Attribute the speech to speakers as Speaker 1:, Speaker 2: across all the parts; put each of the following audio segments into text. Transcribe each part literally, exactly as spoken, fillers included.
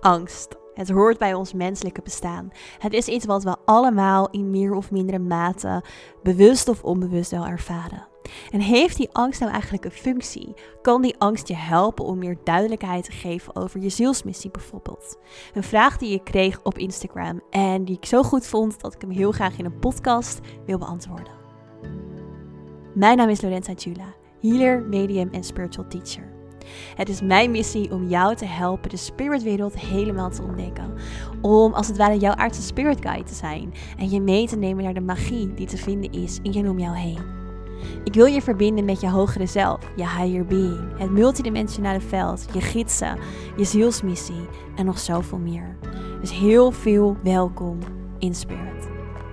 Speaker 1: Angst. Het hoort bij ons menselijke bestaan. Het is iets wat we allemaal in meer of mindere mate bewust of onbewust wel ervaren. En heeft die angst nou eigenlijk een functie? Kan die angst je helpen om meer duidelijkheid te geven over je zielsmissie bijvoorbeeld? Een vraag die ik kreeg op Instagram en die ik zo goed vond dat ik hem heel graag in een podcast wil beantwoorden. Mijn naam is Lorenza Jula, healer, medium en spiritual teacher. Het is mijn missie om jou te helpen de spiritwereld helemaal te ontdekken. Om als het ware jouw aardse spirit guide te zijn en je mee te nemen naar de magie die te vinden is in en om jou heen. Ik wil je verbinden met je hogere zelf, je higher being, het multidimensionale veld, je gidsen, je zielsmissie en nog zoveel meer. Dus heel veel welkom in Spirit.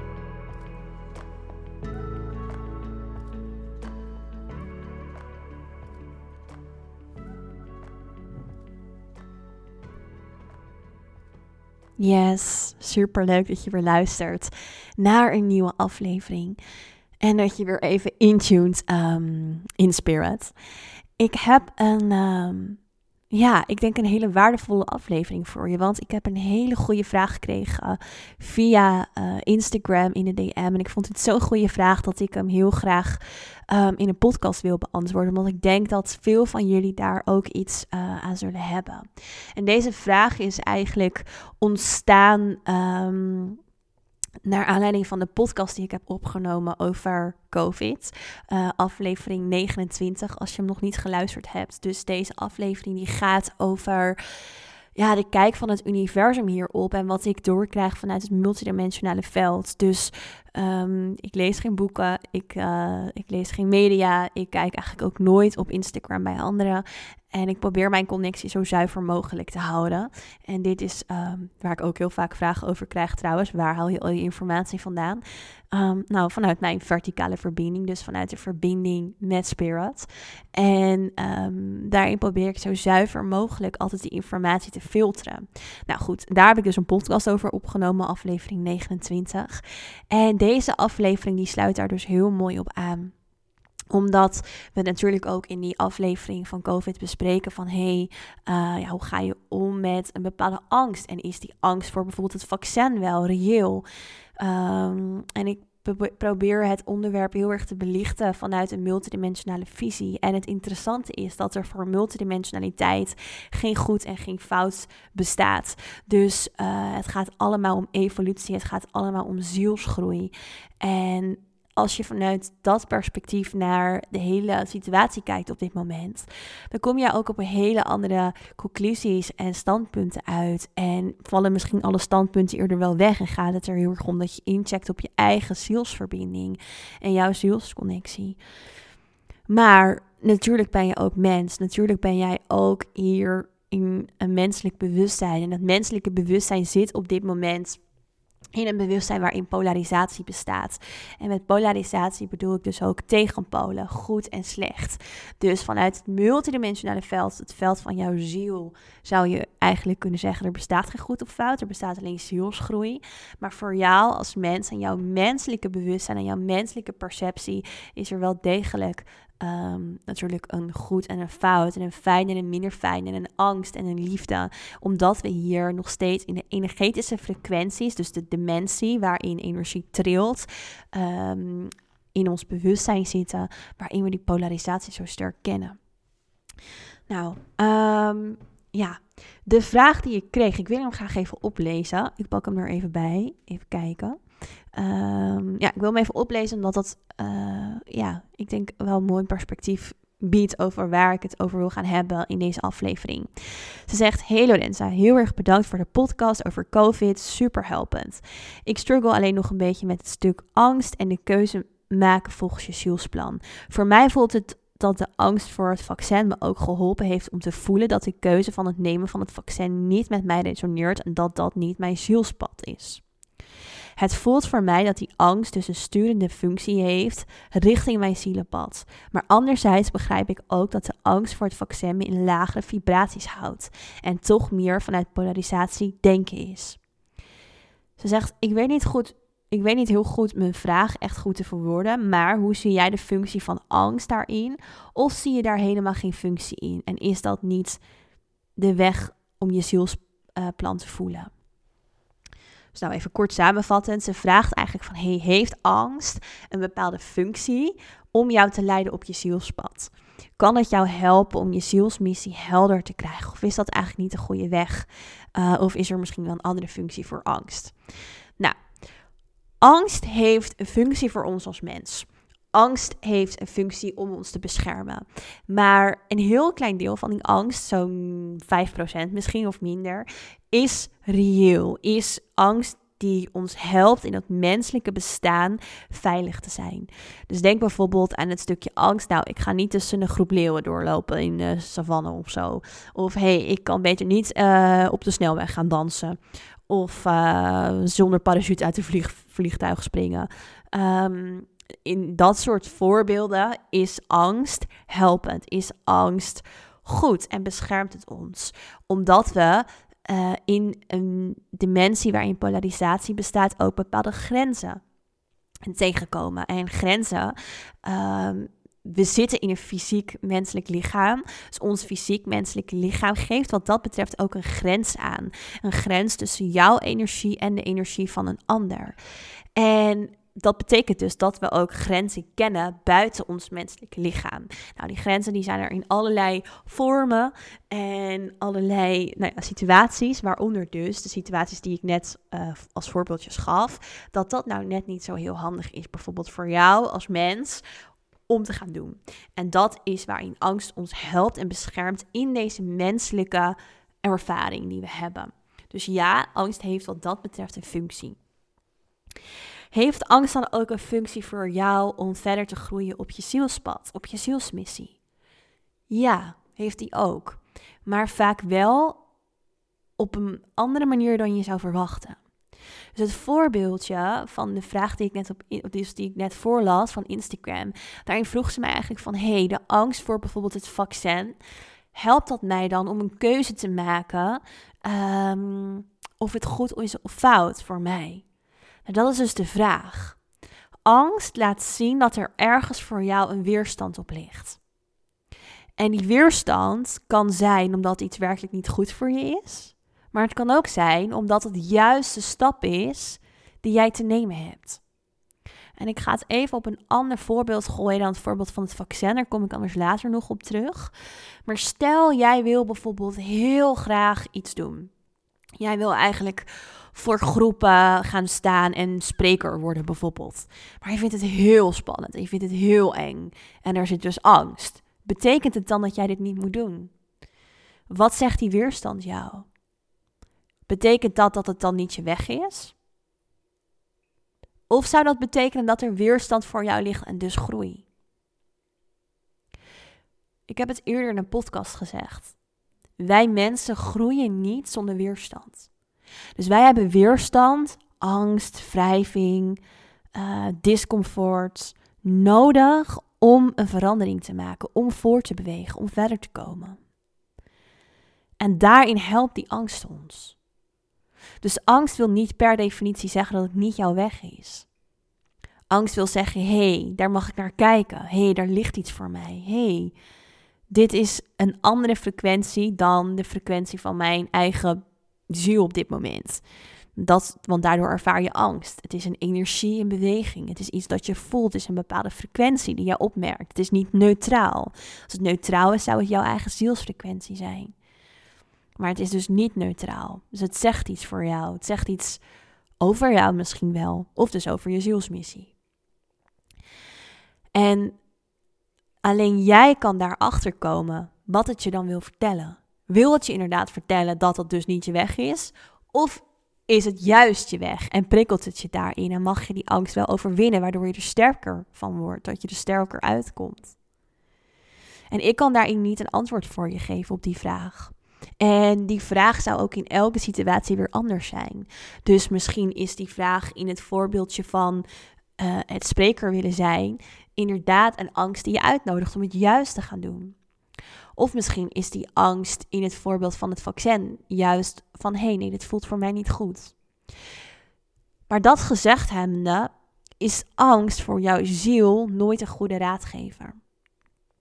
Speaker 1: Yes, super leuk dat je weer luistert naar een nieuwe aflevering. En dat je weer even intuned um, in Spirit. Ik heb een, um, ja, ik denk een hele waardevolle aflevering voor je. Want ik heb een hele goede vraag gekregen via uh, Instagram in de D M. En ik vond het zo'n goede vraag dat ik hem heel graag um, in een podcast wil beantwoorden. Omdat ik denk dat veel van jullie daar ook iets uh, aan zullen hebben. En deze vraag is eigenlijk ontstaan Um, naar aanleiding van de podcast die ik heb opgenomen over COVID. Uh, aflevering negenentwintig, als je hem nog niet geluisterd hebt. Dus deze aflevering die gaat over ja, de kijk van het universum hierop. En wat ik doorkrijg vanuit het multidimensionale veld. Dus um, ik lees geen boeken, ik, uh, ik lees geen media. Ik kijk eigenlijk ook nooit op Instagram bij anderen. En ik probeer mijn connectie zo zuiver mogelijk te houden. En dit is um, waar ik ook heel vaak vragen over krijg trouwens. Waar haal je al je informatie vandaan? Um, nou, vanuit mijn verticale verbinding. Dus vanuit de verbinding met Spirit. En um, daarin probeer ik zo zuiver mogelijk altijd die informatie te filteren. Nou goed, daar heb ik dus een podcast over opgenomen. Aflevering negenentwintig. En deze aflevering die sluit daar dus heel mooi op aan. Omdat we natuurlijk ook in die aflevering van COVID bespreken van hey, uh, ja, hoe ga je om met een bepaalde angst? En is die angst voor bijvoorbeeld het vaccin wel reëel? Um, en ik probeer het onderwerp heel erg te belichten vanuit een multidimensionale visie. En het interessante is dat er voor multidimensionaliteit geen goed en geen fout bestaat. Dus uh, het gaat allemaal om evolutie, het gaat allemaal om zielsgroei. En als je vanuit dat perspectief naar de hele situatie kijkt op dit moment, dan kom je ook op een hele andere conclusies en standpunten uit. En vallen misschien alle standpunten eerder wel weg en gaat het er heel erg om dat je incheckt op je eigen zielsverbinding en jouw zielsconnectie. Maar natuurlijk ben je ook mens. Natuurlijk ben jij ook hier in een menselijk bewustzijn. En dat menselijke bewustzijn zit op dit moment in een bewustzijn waarin polarisatie bestaat. En met polarisatie bedoel ik dus ook tegenpolen, goed en slecht. Dus vanuit het multidimensionale veld, het veld van jouw ziel, zou je eigenlijk kunnen zeggen, er bestaat geen goed of fout, er bestaat alleen zielsgroei. Maar voor jou als mens en jouw menselijke bewustzijn en jouw menselijke perceptie is er wel degelijk Um, natuurlijk een goed en een fout en een fijn en een minder fijn en een angst en een liefde. Omdat we hier nog steeds in de energetische frequenties, dus de dimensie waarin energie trilt, um, in ons bewustzijn zitten, waarin we die polarisatie zo sterk kennen. Nou, um, ja, de vraag die ik kreeg, ik wil hem graag even oplezen. Ik pak hem er even bij, even kijken. Um, ja, ik wil hem even oplezen omdat dat, uh, ja, ik denk wel een mooi perspectief biedt over waar ik het over wil gaan hebben in deze aflevering. Ze zegt, hey Lorenza, heel erg bedankt voor de podcast over COVID, super helpend. Ik struggle alleen nog een beetje met het stuk angst en de keuze maken volgens je zielsplan. Voor mij voelt het dat de angst voor het vaccin me ook geholpen heeft om te voelen dat de keuze van het nemen van het vaccin niet met mij resoneert en dat dat niet mijn zielspad is. Het voelt voor mij dat die angst dus een sturende functie heeft richting mijn zielenpad. Maar anderzijds begrijp ik ook dat de angst voor het vaccin me in lagere vibraties houdt. En toch meer vanuit polarisatie denken is. Ze zegt, ik weet niet goed, ik weet niet heel goed mijn vraag echt goed te verwoorden. Maar hoe zie jij de functie van angst daarin? Of zie je daar helemaal geen functie in? En is dat niet de weg om je zielspad uh, plan te voelen. Dus nou even kort samenvattend. Ze vraagt eigenlijk van, hey, heeft angst een bepaalde functie om jou te leiden op je zielspad? Kan het jou helpen om je zielsmissie helder te krijgen? Of is dat eigenlijk niet de goede weg? Uh, of is er misschien wel een andere functie voor angst? Nou, angst heeft een functie voor ons als mens. Angst heeft een functie om ons te beschermen. Maar een heel klein deel van die angst, zo'n vijf procent misschien of minder, is reëel. Is angst die ons helpt in het menselijke bestaan veilig te zijn. Dus denk bijvoorbeeld aan het stukje angst. Nou, ik ga niet tussen een groep leeuwen doorlopen in de savanne of zo. Of hey, ik kan beter niet uh, op de snelweg gaan dansen. Of uh, zonder parachute uit een vlieg, vliegtuig springen. Um, in dat soort voorbeelden is angst helpend. Is angst goed en beschermt het ons. Omdat we uh, in een dimensie waarin polarisatie bestaat ook bepaalde grenzen tegenkomen. En grenzen, uh, we zitten in een fysiek menselijk lichaam. Dus ons fysiek menselijk lichaam geeft wat dat betreft ook een grens aan. Een grens tussen jouw energie en de energie van een ander. En dat betekent dus dat we ook grenzen kennen buiten ons menselijke lichaam. Nou, die grenzen die zijn er in allerlei vormen en allerlei nou ja, situaties, waaronder dus de situaties die ik net uh, als voorbeeldjes gaf, dat dat nou net niet zo heel handig is, bijvoorbeeld voor jou als mens, om te gaan doen. En dat is waarin angst ons helpt en beschermt in deze menselijke ervaring die we hebben. Dus ja, angst heeft wat dat betreft een functie. Heeft angst dan ook een functie voor jou om verder te groeien op je zielspad, op je zielsmissie? Ja, heeft die ook. Maar vaak wel op een andere manier dan je zou verwachten. Dus het voorbeeldje van de vraag die ik net, op, dus die ik net voorlas van Instagram, daarin vroeg ze mij eigenlijk van, hey, de angst voor bijvoorbeeld het vaccin, helpt dat mij dan om een keuze te maken um, of het goed is of fout voor mij? Nou, dat is dus de vraag. Angst laat zien dat er ergens voor jou een weerstand op ligt. En die weerstand kan zijn omdat iets werkelijk niet goed voor je is. Maar het kan ook zijn omdat het juist de stap is die jij te nemen hebt. En ik ga het even op een ander voorbeeld gooien dan het voorbeeld van het vaccin. Daar kom ik anders later nog op terug. Maar stel, jij wil bijvoorbeeld heel graag iets doen. Jij wil eigenlijk voor groepen gaan staan en spreker worden bijvoorbeeld. Maar je vindt het heel spannend en je vindt het heel eng. En er zit dus angst. Betekent het dan dat jij dit niet moet doen? Wat zegt die weerstand jou? Betekent dat dat het dan niet je weg is? Of zou dat betekenen dat er weerstand voor jou ligt en dus groei? Ik heb het eerder in een podcast gezegd. Wij mensen groeien niet zonder weerstand. Dus wij hebben weerstand, angst, wrijving, uh, discomfort nodig om een verandering te maken, om voor te bewegen, om verder te komen. En daarin helpt die angst ons. Dus angst wil niet per definitie zeggen dat het niet jouw weg is. Angst wil zeggen, hé, hey, daar mag ik naar kijken. Hé, hey, daar ligt iets voor mij. Hé, hey, dit is een andere frequentie dan de frequentie van mijn eigen ziel op dit moment. Dat, want daardoor ervaar je angst. Het is een energie in beweging. Het is iets dat je voelt. Het is een bepaalde frequentie die je opmerkt. Het is niet neutraal. Als het neutraal is, zou het jouw eigen zielsfrequentie zijn. Maar het is dus niet neutraal. Dus het zegt iets voor jou. Het zegt iets over jou misschien wel. Of dus over je zielsmissie. En alleen jij kan daarachter komen wat het je dan wil vertellen. Wil het je inderdaad vertellen dat dat dus niet je weg is? Of is het juist je weg en prikkelt het je daarin? En mag je die angst wel overwinnen, waardoor je er sterker van wordt. Dat je er sterker uitkomt. En ik kan daarin niet een antwoord voor je geven op die vraag. En die vraag zou ook in elke situatie weer anders zijn. Dus misschien is die vraag in het voorbeeldje van uh, het spreker willen zijn inderdaad een angst die je uitnodigt om het juist te gaan doen. Of misschien is die angst in het voorbeeld van het vaccin juist van, hé, hey, nee, dit voelt voor mij niet goed. Maar dat gezegd hebbende, is angst voor jouw ziel nooit een goede raadgever.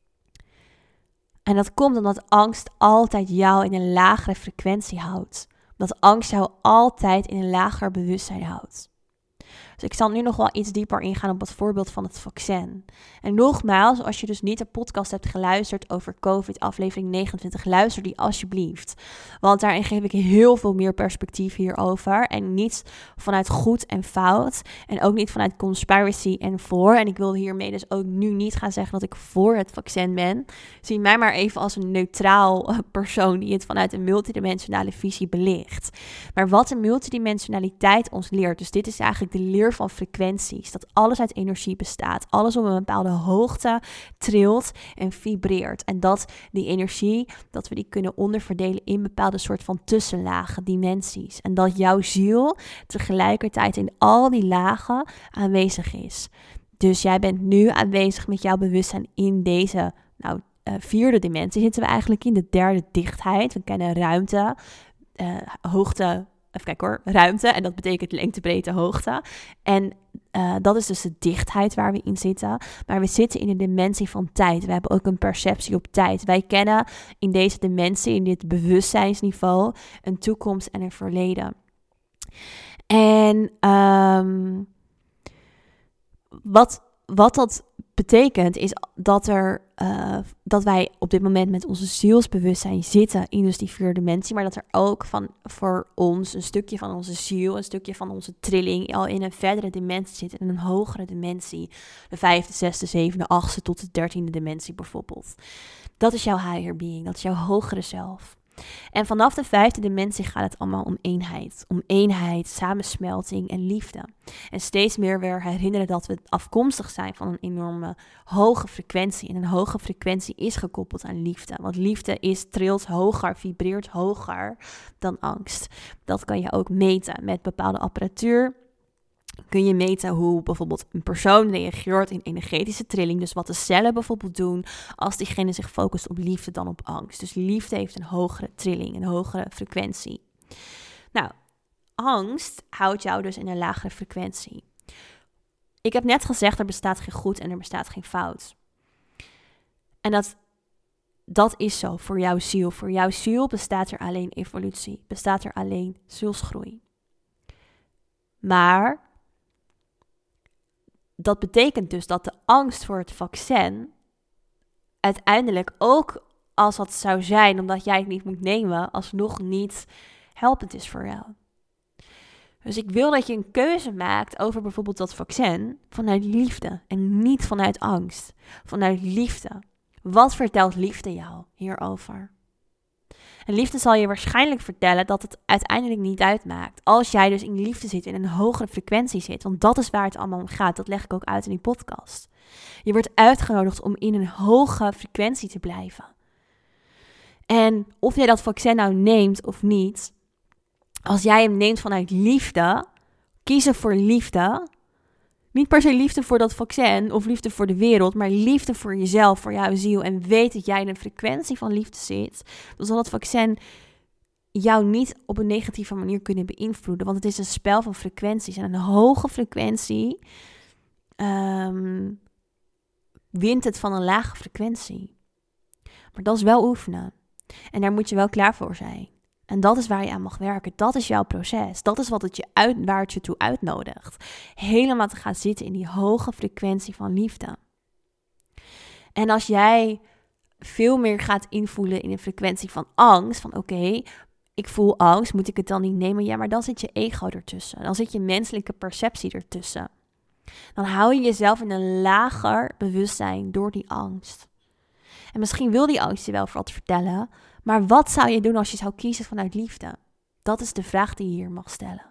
Speaker 1: En dat komt omdat angst altijd jou in een lagere frequentie houdt. Dat angst jou altijd in een lager bewustzijn houdt. Dus ik zal nu nog wel iets dieper ingaan op het voorbeeld van het vaccin. En nogmaals, als je dus niet de podcast hebt geluisterd over COVID aflevering negenentwintig, luister die alsjeblieft. Want daarin geef ik heel veel meer perspectief hierover. En niet vanuit goed en fout. En ook niet vanuit conspiracy en voor. En ik wil hiermee dus ook nu niet gaan zeggen dat ik voor het vaccin ben. Zie mij maar even als een neutraal persoon die het vanuit een multidimensionale visie belicht. Maar wat de multidimensionaliteit ons leert, dus dit is eigenlijk de leer van frequenties, dat alles uit energie bestaat, alles op een bepaalde hoogte trilt en vibreert en dat die energie, dat we die kunnen onderverdelen in bepaalde soort van tussenlagen, dimensies en dat jouw ziel tegelijkertijd in al die lagen aanwezig is. Dus jij bent nu aanwezig met jouw bewustzijn in deze, nou, uh, vierde dimensie zitten we eigenlijk in, de derde dichtheid. We kennen ruimte, uh, hoogte, even kijken hoor, ruimte en dat betekent lengte, breedte, hoogte. En uh, dat is dus de dichtheid waar we in zitten. Maar we zitten in de dimensie van tijd. We hebben ook een perceptie op tijd. Wij kennen in deze dimensie, in dit bewustzijnsniveau, een toekomst en een verleden. En um, wat, wat dat betekent is dat, er, uh, dat wij op dit moment met onze zielsbewustzijn zitten in dus die vierde dimensie, maar dat er ook van, voor ons een stukje van onze ziel, een stukje van onze trilling al in een verdere dimensie zit, in een hogere dimensie. De vijfde, zesde, zevende, achtste tot de dertiende dimensie bijvoorbeeld. Dat is jouw higher being, dat is jouw hogere zelf. En vanaf de vijfde dimensie gaat het allemaal om eenheid. Om eenheid, samensmelting en liefde. En steeds meer weer herinneren dat we afkomstig zijn van een enorme hoge frequentie. En een hoge frequentie is gekoppeld aan liefde. Want liefde is, trilt hoger, vibreert hoger dan angst. Dat kan je ook meten met bepaalde apparatuur. Kun je meten hoe bijvoorbeeld een persoon reageert in energetische trilling. Dus wat de cellen bijvoorbeeld doen als diegene zich focust op liefde dan op angst. Dus liefde heeft een hogere trilling, een hogere frequentie. Nou, angst houdt jou dus in een lagere frequentie. Ik heb net gezegd, er bestaat geen goed en er bestaat geen fout. En dat, dat is zo voor jouw ziel. Voor jouw ziel bestaat er alleen evolutie, bestaat er alleen zielsgroei. Maar dat betekent dus dat de angst voor het vaccin uiteindelijk ook als dat zou zijn, omdat jij het niet moet nemen, alsnog niet helpend is voor jou. Dus ik wil dat je een keuze maakt over bijvoorbeeld dat vaccin vanuit liefde en niet vanuit angst. Vanuit liefde. Wat vertelt liefde jou hierover? En liefde zal je waarschijnlijk vertellen dat het uiteindelijk niet uitmaakt. Als jij dus in liefde zit, in een hogere frequentie zit. Want dat is waar het allemaal om gaat. Dat leg ik ook uit in die podcast. Je wordt uitgenodigd om in een hoge frequentie te blijven. En of jij dat vaccin nou neemt of niet. Als jij hem neemt vanuit liefde. Kiezen voor liefde. Niet per se liefde voor dat vaccin of liefde voor de wereld, maar liefde voor jezelf, voor jouw ziel. En weet dat jij in een frequentie van liefde zit. Dan zal dat vaccin jou niet op een negatieve manier kunnen beïnvloeden. Want het is een spel van frequenties. En een hoge frequentie um, wint het van een lage frequentie. Maar dat is wel oefenen. En daar moet je wel klaar voor zijn. En dat is waar je aan mag werken. Dat is jouw proces. Dat is wat het je uit, waar het je toe uitnodigt. Helemaal te gaan zitten in die hoge frequentie van liefde. En als jij veel meer gaat invoelen in een frequentie van angst. Van oké, okay, ik voel angst. Moet ik het dan niet nemen? Ja, maar dan zit je ego ertussen. Dan zit je menselijke perceptie ertussen. Dan hou je jezelf in een lager bewustzijn door die angst. En misschien wil die angst je wel wat vertellen. Maar wat zou je doen als je zou kiezen vanuit liefde? Dat is de vraag die je hier mag stellen.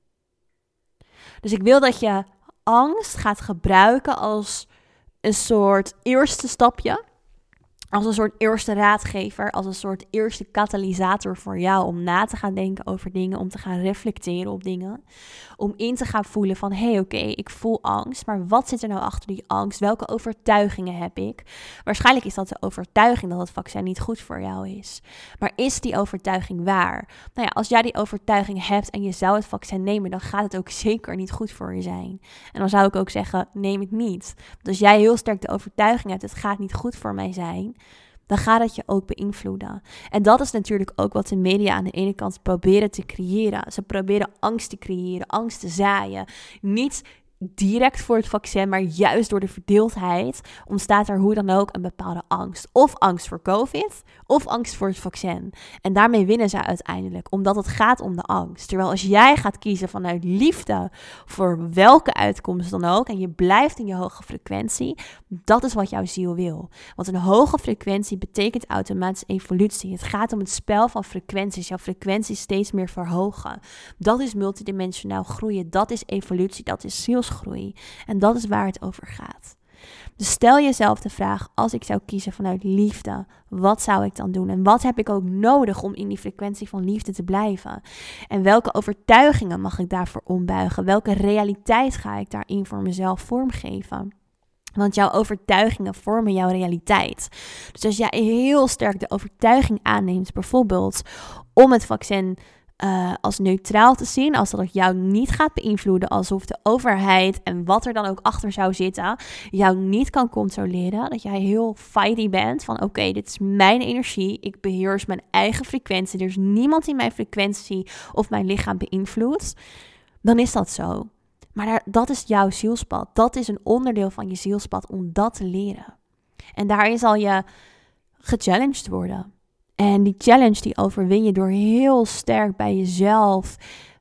Speaker 1: Dus ik wil dat je angst gaat gebruiken als een soort eerste stapje. Als een soort eerste raadgever. Als een soort eerste katalysator voor jou om na te gaan denken over dingen. Om te gaan reflecteren op dingen. Om in te gaan voelen van hé hey, oké, okay, ik voel angst. Maar wat zit er nou achter die angst? Welke overtuigingen heb ik? Waarschijnlijk is dat de overtuiging dat het vaccin niet goed voor jou is. Maar is die overtuiging waar? Nou ja, als jij die overtuiging hebt en je zou het vaccin nemen, dan gaat het ook zeker niet goed voor je zijn. En dan zou ik ook zeggen, neem het niet. Want als jij heel sterk de overtuiging hebt, het gaat niet goed voor mij zijn, dan gaat het je ook beïnvloeden. En dat is natuurlijk ook wat de media aan de ene kant proberen te creëren. Ze proberen angst te creëren, angst te zaaien. Niet direct voor het vaccin, maar juist door de verdeeldheid ontstaat er hoe dan ook een bepaalde angst. Of angst voor COVID, of angst voor het vaccin. En daarmee winnen ze uiteindelijk, omdat het gaat om de angst. Terwijl als jij gaat kiezen vanuit liefde voor welke uitkomst dan ook, en je blijft in je hoge frequentie, dat is wat jouw ziel wil. Want een hoge frequentie betekent automatisch evolutie. Het gaat om het spel van frequenties, jouw frequentie steeds meer verhogen. Dat is multidimensionaal groeien, dat is evolutie, dat is zielsgroei. En dat is waar het over gaat. Dus stel jezelf de vraag, als ik zou kiezen vanuit liefde, wat zou ik dan doen? En wat heb ik ook nodig om in die frequentie van liefde te blijven? En welke overtuigingen mag ik daarvoor ombuigen? Welke realiteit ga ik daarin voor mezelf vormgeven? Want jouw overtuigingen vormen jouw realiteit. Dus als jij heel sterk de overtuiging aanneemt, bijvoorbeeld om het vaccin Uh, als neutraal te zien, als dat jou niet gaat beïnvloeden, alsof de overheid en wat er dan ook achter zou zitten, jou niet kan controleren, dat jij heel fighty bent van oké, okay, dit is mijn energie, ik beheers mijn eigen frequentie, er is niemand die mijn frequentie of mijn lichaam beïnvloedt, dan is dat zo. Maar daar, dat is jouw zielspad, dat is een onderdeel van je zielspad om dat te leren. En daarin zal je gechallenged worden. En die challenge die overwin je door heel sterk bij jezelf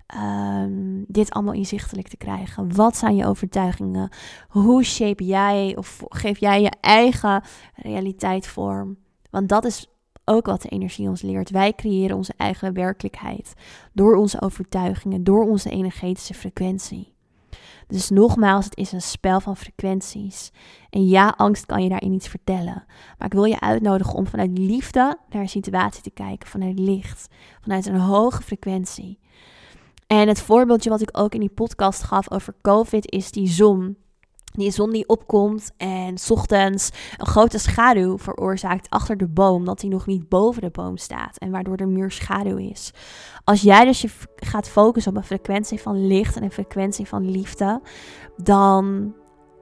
Speaker 1: um, dit allemaal inzichtelijk te krijgen. Wat zijn je overtuigingen? Hoe shape jij of geef jij je eigen realiteit vorm? Want dat is ook wat de energie ons leert. Wij creëren onze eigen werkelijkheid door onze overtuigingen, door onze energetische frequentie. Dus nogmaals, het is een spel van frequenties. En ja, angst kan je daarin iets vertellen. Maar ik wil je uitnodigen om vanuit liefde naar een situatie te kijken. Vanuit licht. Vanuit een hoge frequentie. En het voorbeeldje wat ik ook in die podcast gaf over COVID is die zon. Die zon die opkomt en 's ochtends een grote schaduw veroorzaakt achter de boom. Dat die nog niet boven de boom staat. En waardoor er meer schaduw is. Als jij dus je gaat focussen op een frequentie van licht en een frequentie van liefde. Dan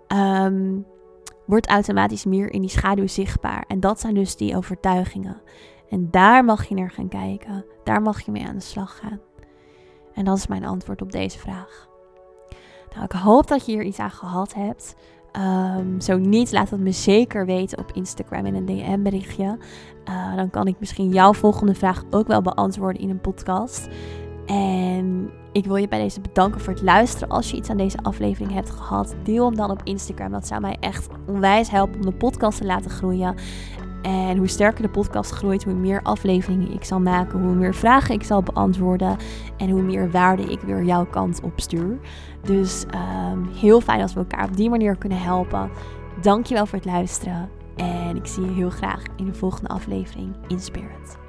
Speaker 1: um, wordt automatisch meer in die schaduw zichtbaar. En dat zijn dus die overtuigingen. En daar mag je naar gaan kijken. Daar mag je mee aan de slag gaan. En dat is mijn antwoord op deze vraag. Nou, ik hoop dat je hier iets aan gehad hebt. Um, zo niet, laat het me zeker weten op Instagram in een D M berichtje. Uh, dan kan ik misschien jouw volgende vraag ook wel beantwoorden in een podcast. En ik wil je bij deze bedanken voor het luisteren. Als je iets aan deze aflevering hebt gehad, deel hem dan op Instagram. Dat zou mij echt onwijs helpen om de podcast te laten groeien. En hoe sterker de podcast groeit, hoe meer afleveringen ik zal maken, hoe meer vragen ik zal beantwoorden en hoe meer waarde ik weer jouw kant op stuur. Dus um, heel fijn als we elkaar op die manier kunnen helpen. Dankjewel voor het luisteren en ik zie je heel graag in de volgende aflevering in Spirit.